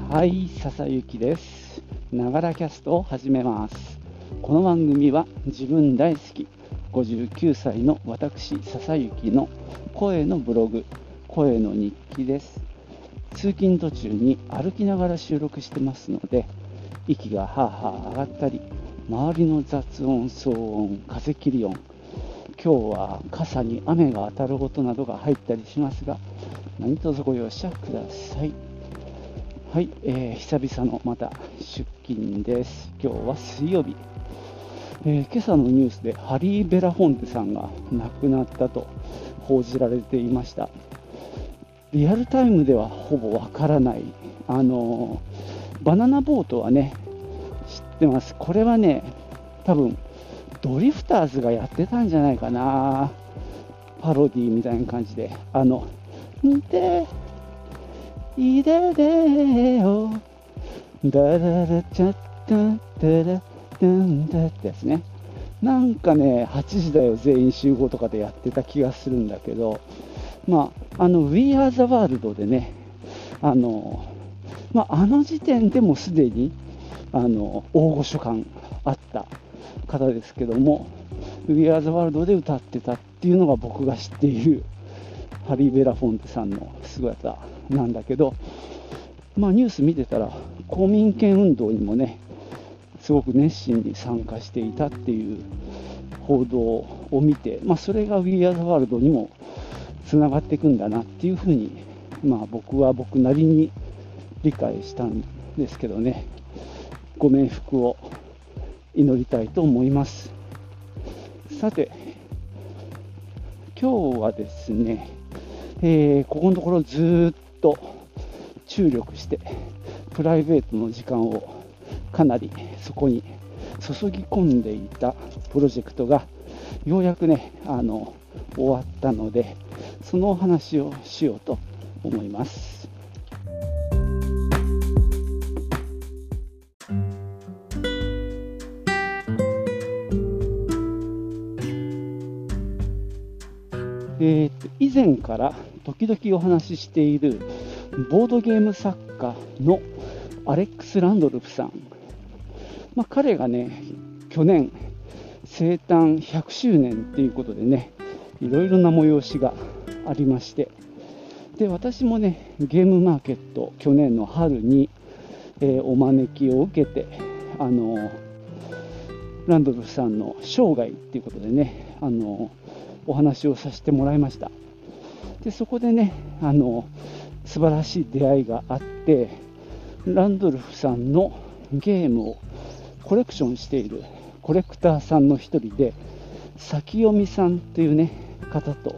はい、笹幸です。ながらキャストを始めます。この番組は自分大好き59歳の私笹幸の声のブログ、声の日記です。通勤途中に歩きながら収録してますので、息がはあはあ上がったり、周りの雑音、騒音、風切り音、今日は傘に雨が当たる音などが入ったりしますが、何卒ご容赦ください。はい、久々のまた出勤です。今日は水曜日、今朝のニュースでハリー・ベラフォンテさんが亡くなったと報じられていました。リアルタイムではほぼわからない、バナナボートはね知ってます。これはね多分ドリフターズがやってたんじゃないかな。パロディみたいな感じででいででよダダダチャッタンダダダンダってやつね。なんかね8時だよ全員集合とかでやってた気がするんだけど、We Are the World でね、あの時点でもすでに大御所感あった方ですけども、We Are the World で歌ってたっていうのが僕が知っているハリー・ベラフォンテさんの姿なんだけど、ニュース見てたら公民権運動にもねすごく熱心に参加していたっていう報道を見て、それが We Are the World にもつながっていくんだなっていうふうに、僕は僕なりに理解したんですけどね、ご冥福を祈りたいと思います。さて今日はですね、ここのところずっと注力してプライベートの時間をかなりそこに注ぎ込んでいたプロジェクトがようやくね終わったので、そのお話をしようと思います。以前から時々お話ししているボードゲーム作家のアレックス・ランドルフさん、彼がね去年生誕100周年ということでね、いろいろな催しがありまして、で私もねゲームマーケット去年の春に、お招きを受けてランドルフさんの生涯っていうことでねお話をさせてもらいました。でそこでね素晴らしい出会いがあって、ランドルフさんのゲームをコレクションしているコレクターさんの一人で先読みさんというね方と、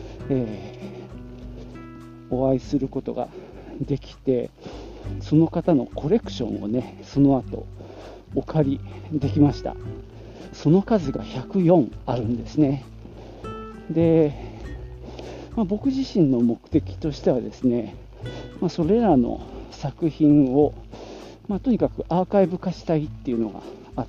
お会いすることができて、その方のコレクションをねその後お借りできました。その数が104あるんですね。で、僕自身の目的としてはですね、それらの作品を、とにかくアーカイブ化したいっていうのがあって、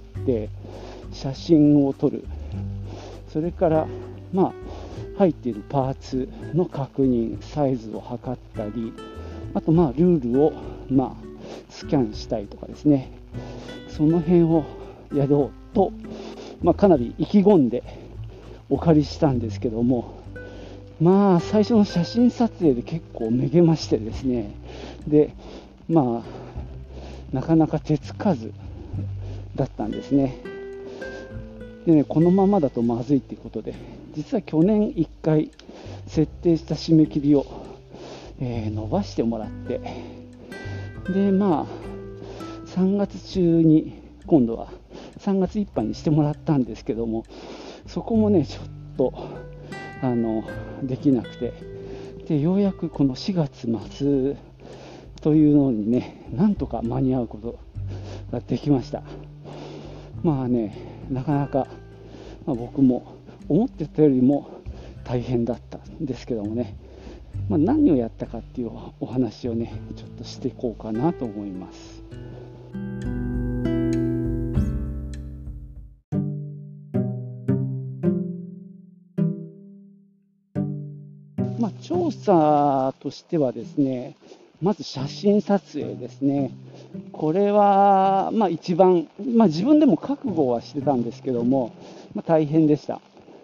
写真を撮る、それから入っているパーツの確認、サイズを測ったり、あとルールをスキャンしたいとかですね、その辺をやろうと、かなり意気込んでお借りしたんですけども、最初の写真撮影で結構めげましてですね、でなかなか手つかずだったんですね。でね、このままだとまずいっていうことで、実は去年1回設定した締め切りを、伸ばしてもらって、で3月中に今度は3月いっぱいにしてもらったんですけども、そこもねちょっとできなくて、でようやくこの4月末というのにねなんとか間に合うことができました。なかなか、僕も思ってたよりも大変だったんですけどもね、何をやったかっていうお話をねちょっとしていこうかなと思います。調査としてはですね、 まず写真撮影ですね。これは、一番、自分でも覚悟はしてたんですけども、大変でした。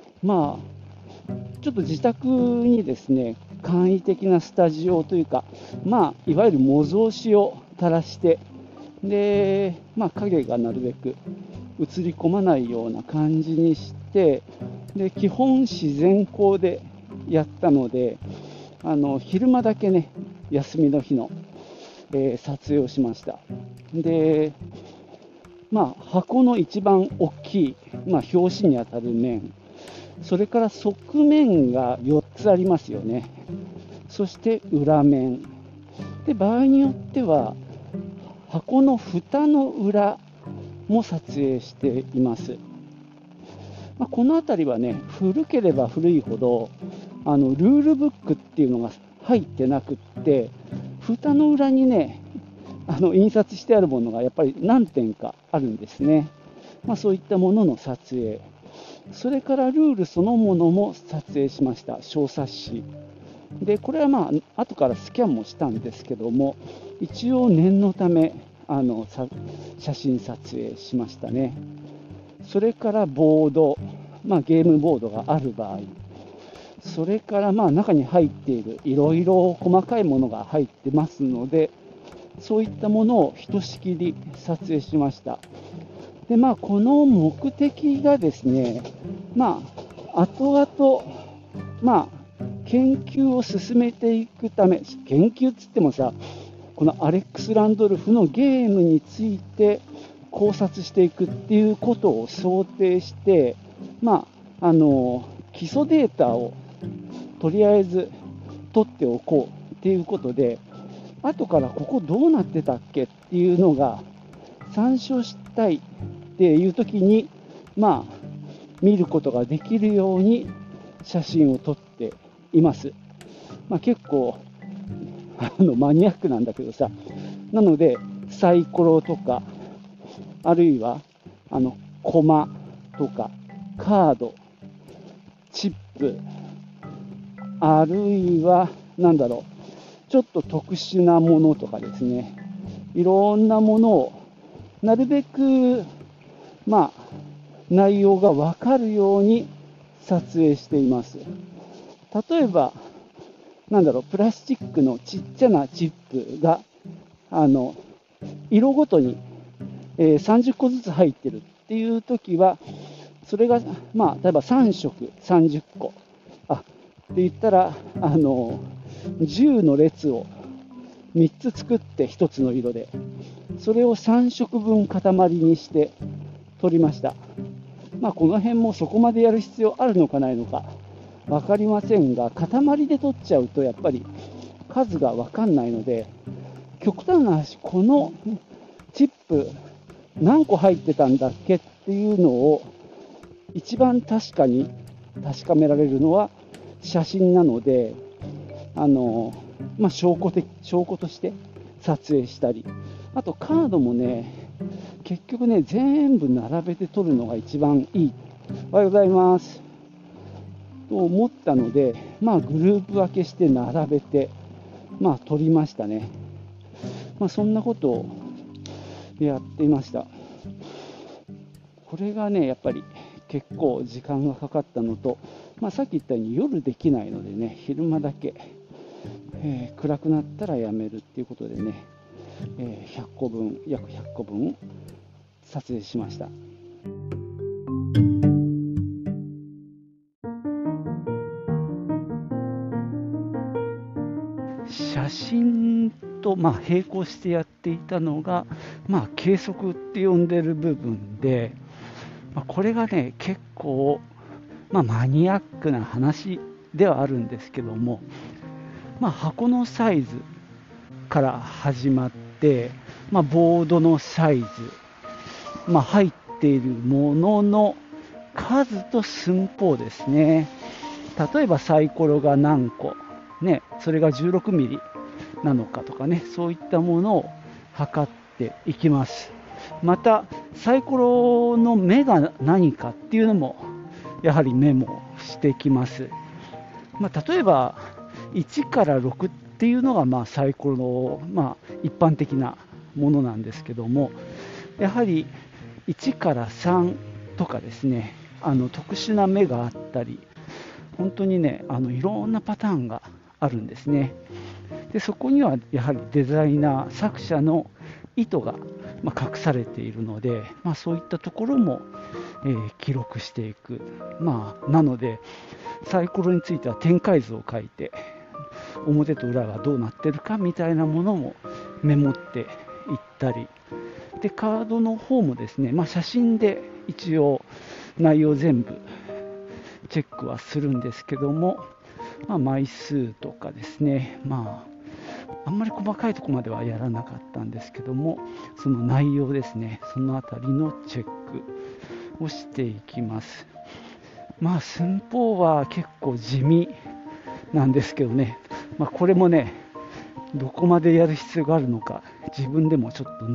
ちょっと自宅にですね、簡易的なスタジオというか、いわゆる模造紙を垂らして、で、影がなるべく映り込まないような感じにして、で、基本自然光でやったので、昼間だけね、休みの日の、撮影をしました。で、箱の一番大きい、表紙にあたる面、それから側面が4つありますよね。そして裏面。で、場合によっては、箱の蓋の裏も撮影しています。この辺りはね、古ければ古いほど、ルールブックっていうのが入ってなくって、蓋の裏にね、印刷してあるものがやっぱり何点かあるんですね。そういったものの撮影。それからルールそのものも撮影しました。小冊子。で、これは後からスキャンもしたんですけども、一応念のため、写真撮影しましたね。それからボード、ゲームボードがある場合、それから中に入っているいろいろ細かいものが入ってますので、そういったものをひとしきり撮影しました。で、この目的がですね、後々、研究を進めていくため、研究っつってもさ、このアレックス・ランドルフのゲームについて考察していくっていうことを想定して、基礎データをとりあえず取っておこうっていうことで、後からここどうなってたっけっていうのが参照したいっていう時に、見ることができるように写真を撮っています。結構マニアックなんだけどさ、なのでサイコロとか、あるいはコマとかカード、チップ、あるいはちょっと特殊なものとかですね、いろんなものをなるべく内容がわかるように撮影しています。例えばプラスチックのちっちゃなチップが色ごとに、30個ずつ入ってるっていう時は、それが例えば3色30個って言ったら10の列を3つ作って1つの色で、それを3色分塊にして撮りました。この辺もそこまでやる必要あるのかないのか分かりませんが、塊で撮っちゃうとやっぱり数が分かんないので、極端な話、このチップ何個入ってたんだっけっていうのを一番確かに確かめられるのは写真なので、証拠として撮影したり、あとカードもね、結局ね、全部並べて撮るのが一番いい。おはようございます。と思ったので、グループ分けして並べて、撮りましたね。そんなことをやっていました。これがね、やっぱり結構時間がかかったのと、さっき言ったように夜できないのでね、昼間だけ、暗くなったらやめるっていうことでね、100個分、約100個分撮影しました。写真と並行してやっていたのが、計測って呼んでる部分で、これがね結構、マニアックな話ではあるんですけども、箱のサイズから始まって、ボードのサイズ、入っているものの数と寸法ですね。例えばサイコロが何個、それが16ミリなのかとかね、そういったものを測っていきます。またサイコロの目が何かっていうのもやはりメモしてきます。例えば1から6っっていうのがサイコロの、一般的なものなんですけども、やはり1から3とかですね、特殊な目があったり、本当にね、いろんなパターンがあるんですね。でそこにはやはりデザイナー、作者の意図が隠されているので、そういったところも、記録していく。なのでサイコロについては展開図を書いて、表と裏がどうなってるかみたいなものもメモっていったり、でカードの方もですね、写真で一応内容全部チェックはするんですけども、枚数とかですね、あんまり細かいところまではやらなかったんですけども、その内容ですね、そのあたりのチェックをしていきます。寸法は結構地味なんですけどね、これもね、どこまでやる必要があるのか、自分でもちょっと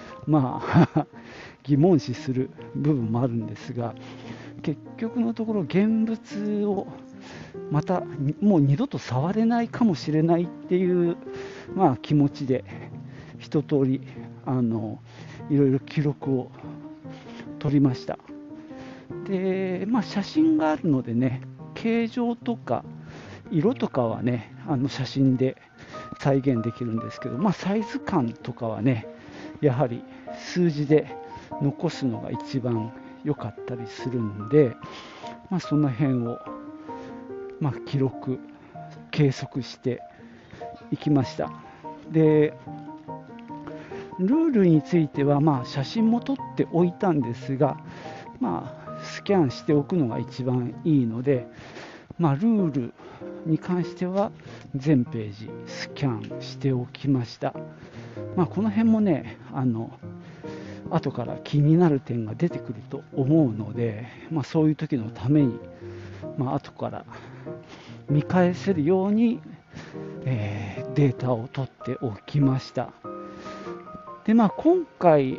疑問視する部分もあるんですが、結局のところ現物をまたもう二度と触れないかもしれないっていう、気持ちで一通りいろいろ記録を取りました。で、写真があるのでね、形状とか色とかはね、写真で再現できるんですけど、サイズ感とかはね、やはり数字で残すのが一番良かったりするんで、その辺を、記録、計測していきました。で、ルールについては、写真も撮っておいたんですが、スキャンしておくのが一番いいので、ルールに関しては全ページスキャンしておきました。この辺もね、後から気になる点が出てくると思うので、そういう時のために、後から見返せるように、データを取っておきました。で、今回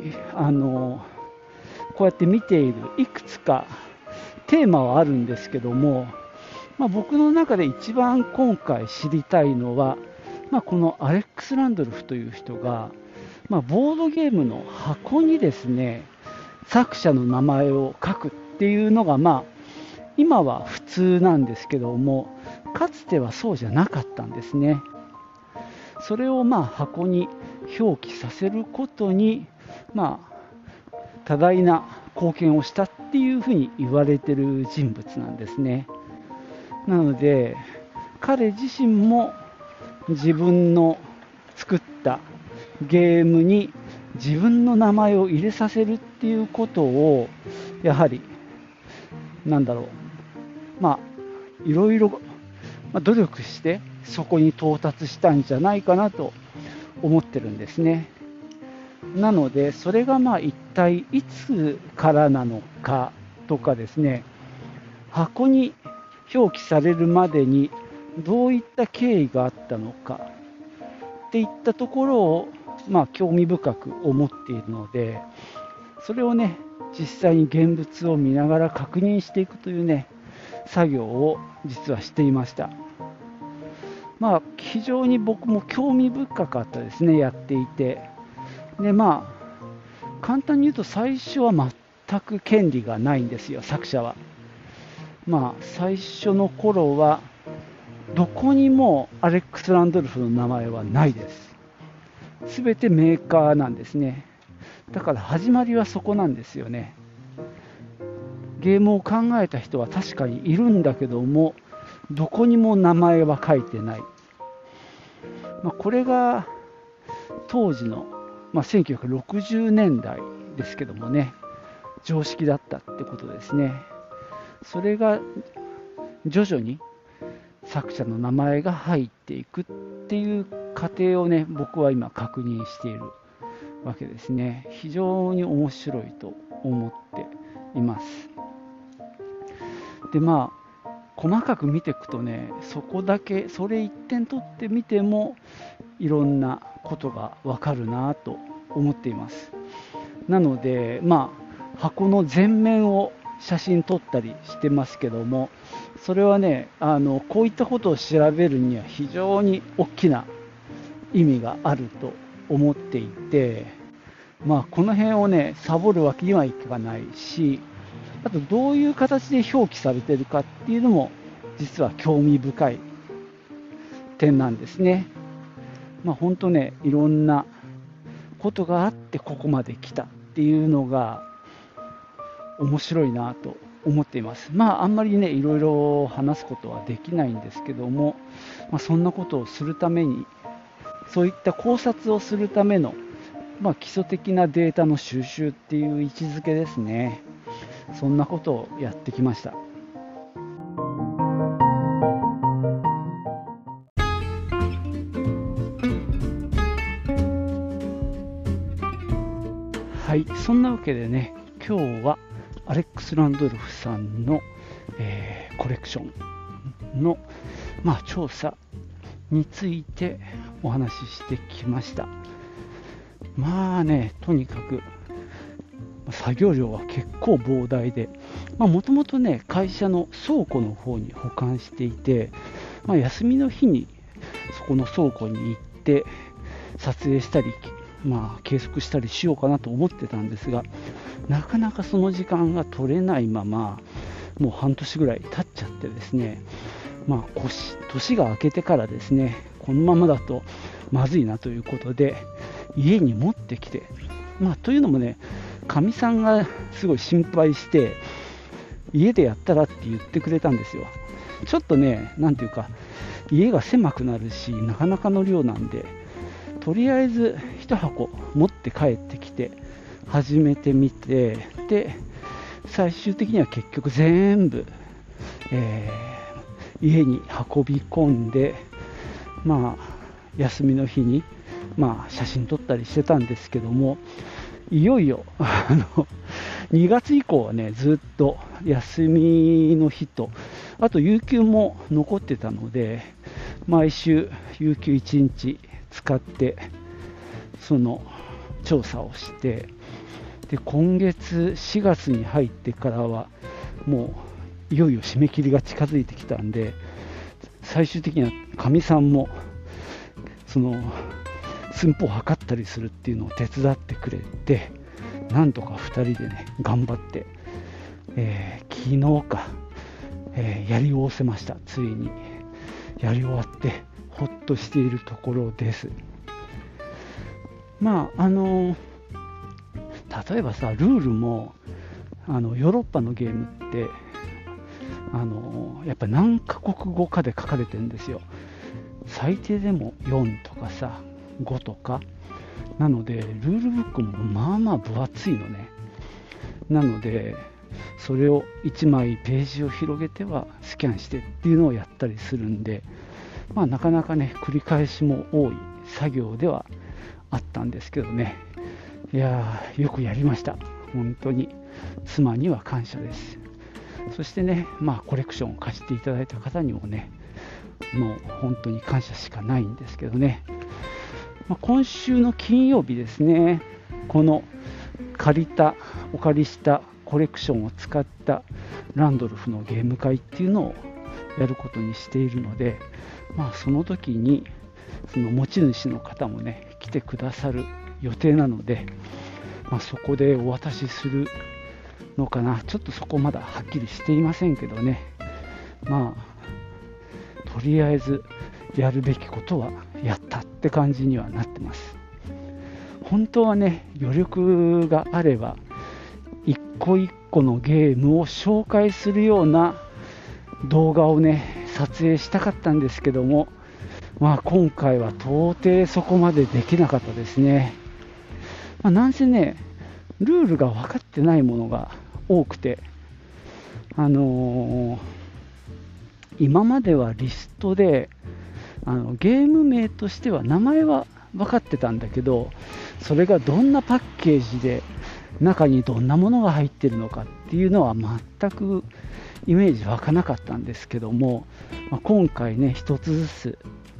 こうやって見ているいくつかテーマはあるんですけども、僕の中で一番今回知りたいのは、このアレックス・ランドルフという人が、ボードゲームの箱にですね、作者の名前を書くっていうのが、今は普通なんですけども、かつてはそうじゃなかったんですね。それを箱に表記させることに、多大な貢献をしたっていうふうに言われている人物なんですね。なので彼自身も自分の作ったゲームに自分の名前を入れさせるっていうことをやはりいろいろ努力してそこに到達したんじゃないかなと思ってるんですね。なのでそれが一体いつからなのかとかですね、箱に表記されるまでにどういった経緯があったのかっていったところを、興味深く思っているので、それをね、実際に現物を見ながら確認していくというね、作業を実はしていました。非常に僕も興味深かったですね、やっていて。で、簡単に言うと最初は全く権利がないんですよ、作者は。最初の頃はどこにもアレックス・ランドルフの名前はないです。すべてメーカーなんですね。だから始まりはそこなんですよね。ゲームを考えた人は確かにいるんだけども、どこにも名前は書いてない。これが当時の、1960年代ですけどもね、常識だったってことですね。それが徐々に作者の名前が入っていくっていう過程をね、僕は今確認しているわけですね。非常に面白いと思っています。で、細かく見ていくとね、そこだけ、それ一点取ってみてもいろんなことがわかるなと思っています。なので、箱の前面を写真撮ったりしてますけども、 それはね、こういったことを調べるには非常に大きな意味があると思っていて、この辺をね、サボるわけにはいかないし、あとどういう形で表記されているかっていうのも実は興味深い点なんですね。本当ね、いろんなことがあってここまで来たっていうのが面白いなと思っています。あんまりね、いろいろ話すことはできないんですけども、そんなことをするために、そういった考察をするための、基礎的なデータの収集っていう位置づけですね。そんなことをやってきました。はい、そんなわけでね、今日はアレックス・ランドルフさんの、コレクションの、調査についてお話ししてきました。とにかく作業量は結構膨大で、もともとね、会社の倉庫の方に保管していて、休みの日にそこの倉庫に行って撮影したり、計測したりしようかなと思ってたんですが、なかなかその時間が取れないまま、もう半年ぐらい経っちゃってですね、年が明けてからですね、このままだとまずいなということで、家に持ってきて、というのもね、かみさんがすごい心配して、家でやったらって言ってくれたんですよ。ちょっとね、なんていうか、家が狭くなるし、なかなかの量なんで、とりあえず1箱持って帰ってきて始めてみて、で最終的には結局全部、家に運び込んで、休みの日に、写真撮ったりしてたんですけども、いよいよ2月以降はね、ずっと休みの日と、あと有給も残ってたので、毎週有給1日使ってその調査をして、で今月4月に入ってからはもういよいよ締め切りが近づいてきたんで、最終的にはかみさんもその寸法を測ったりするっていうのを手伝ってくれて、なんとか2人でね頑張って、昨日か、やりおせました。ついにやり終わってほっとしているところです。例えばさ、ルールもヨーロッパのゲームってやっぱ何カ国語かで書かれてるんですよ。最低でも4とかさ、5とかなので、ルールブックも分厚いのね。なのでそれを1枚ページを広げてはスキャンしてっていうのをやったりするんで、なかなかね繰り返しも多い作業ではあったんですけどね。いやー、よくやりました。本当に妻には感謝です。そしてね、コレクションを貸していただいた方にもね、もう本当に感謝しかないんですけどね。今週の金曜日ですね、このお借りしたコレクションを使ったランドルフのゲーム会っていうのをやることにしているので、その時にその持ち主の方もね来てくださる予定なので、そこでお渡しするのかな。ちょっとそこまだはっきりしていませんけどね、とりあえずやるべきことはやったって感じにはなってます。本当はね、余力があれば一個一個のゲームを紹介するような動画をね撮影したかったんですけども、今回は到底そこまでできなかったですね。なんせね、ルールが分かってないものが多くて、今まではリストでゲーム名としては名前は分かってたんだけど、それがどんなパッケージで中にどんなものが入ってるのかっていうのは全くイメージ湧かなかったんですけども、今回ね一つずつ、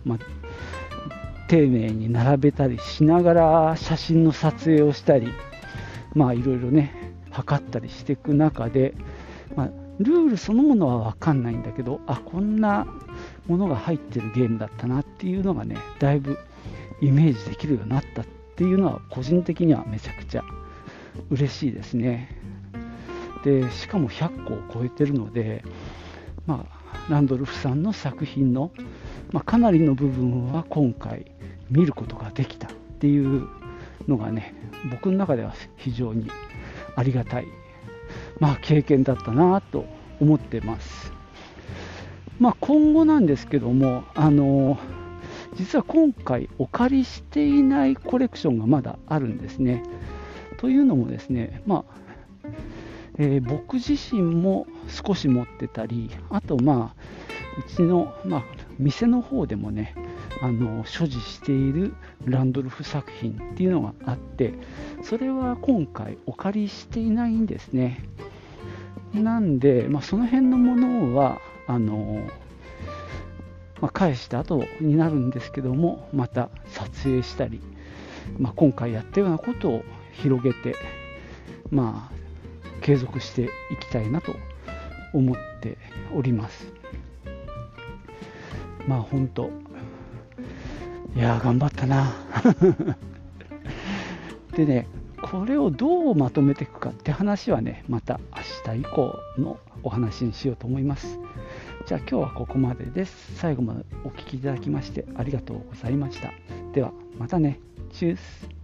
丁寧に並べたりしながら写真の撮影をしたり、いろいろね測ったりしていく中で、 ルールそのものは分かんないんだけど、こんなものが入ってるゲームだったなっていうのがね、だいぶイメージできるようになったっていうのは個人的にはめちゃくちゃ嬉しいですね。でしかも100個を超えてるので、ランドルフさんの作品の、かなりの部分は今回見ることができたっていうのがね、僕の中では非常にありがたい、経験だったなと思ってます。今後なんですけども、実は今回お借りしていないコレクションがまだあるんですね。というのもですね、僕自身も少し持ってたり、あとうちの、店の方でもね、所持しているランドルフ作品っていうのがあって、それは今回お借りしていないんですね。なんで、その辺のものは返した後になるんですけども、また撮影したり、今回やったようなことを広げて、継続していきたいなと思っております。本当、頑張ったなでね、これをどうまとめていくかって話はね、また明日以降のお話にしようと思います。じゃあ今日はここまでです。最後までお聞きいただきましてありがとうございました。ではまたね。チュース。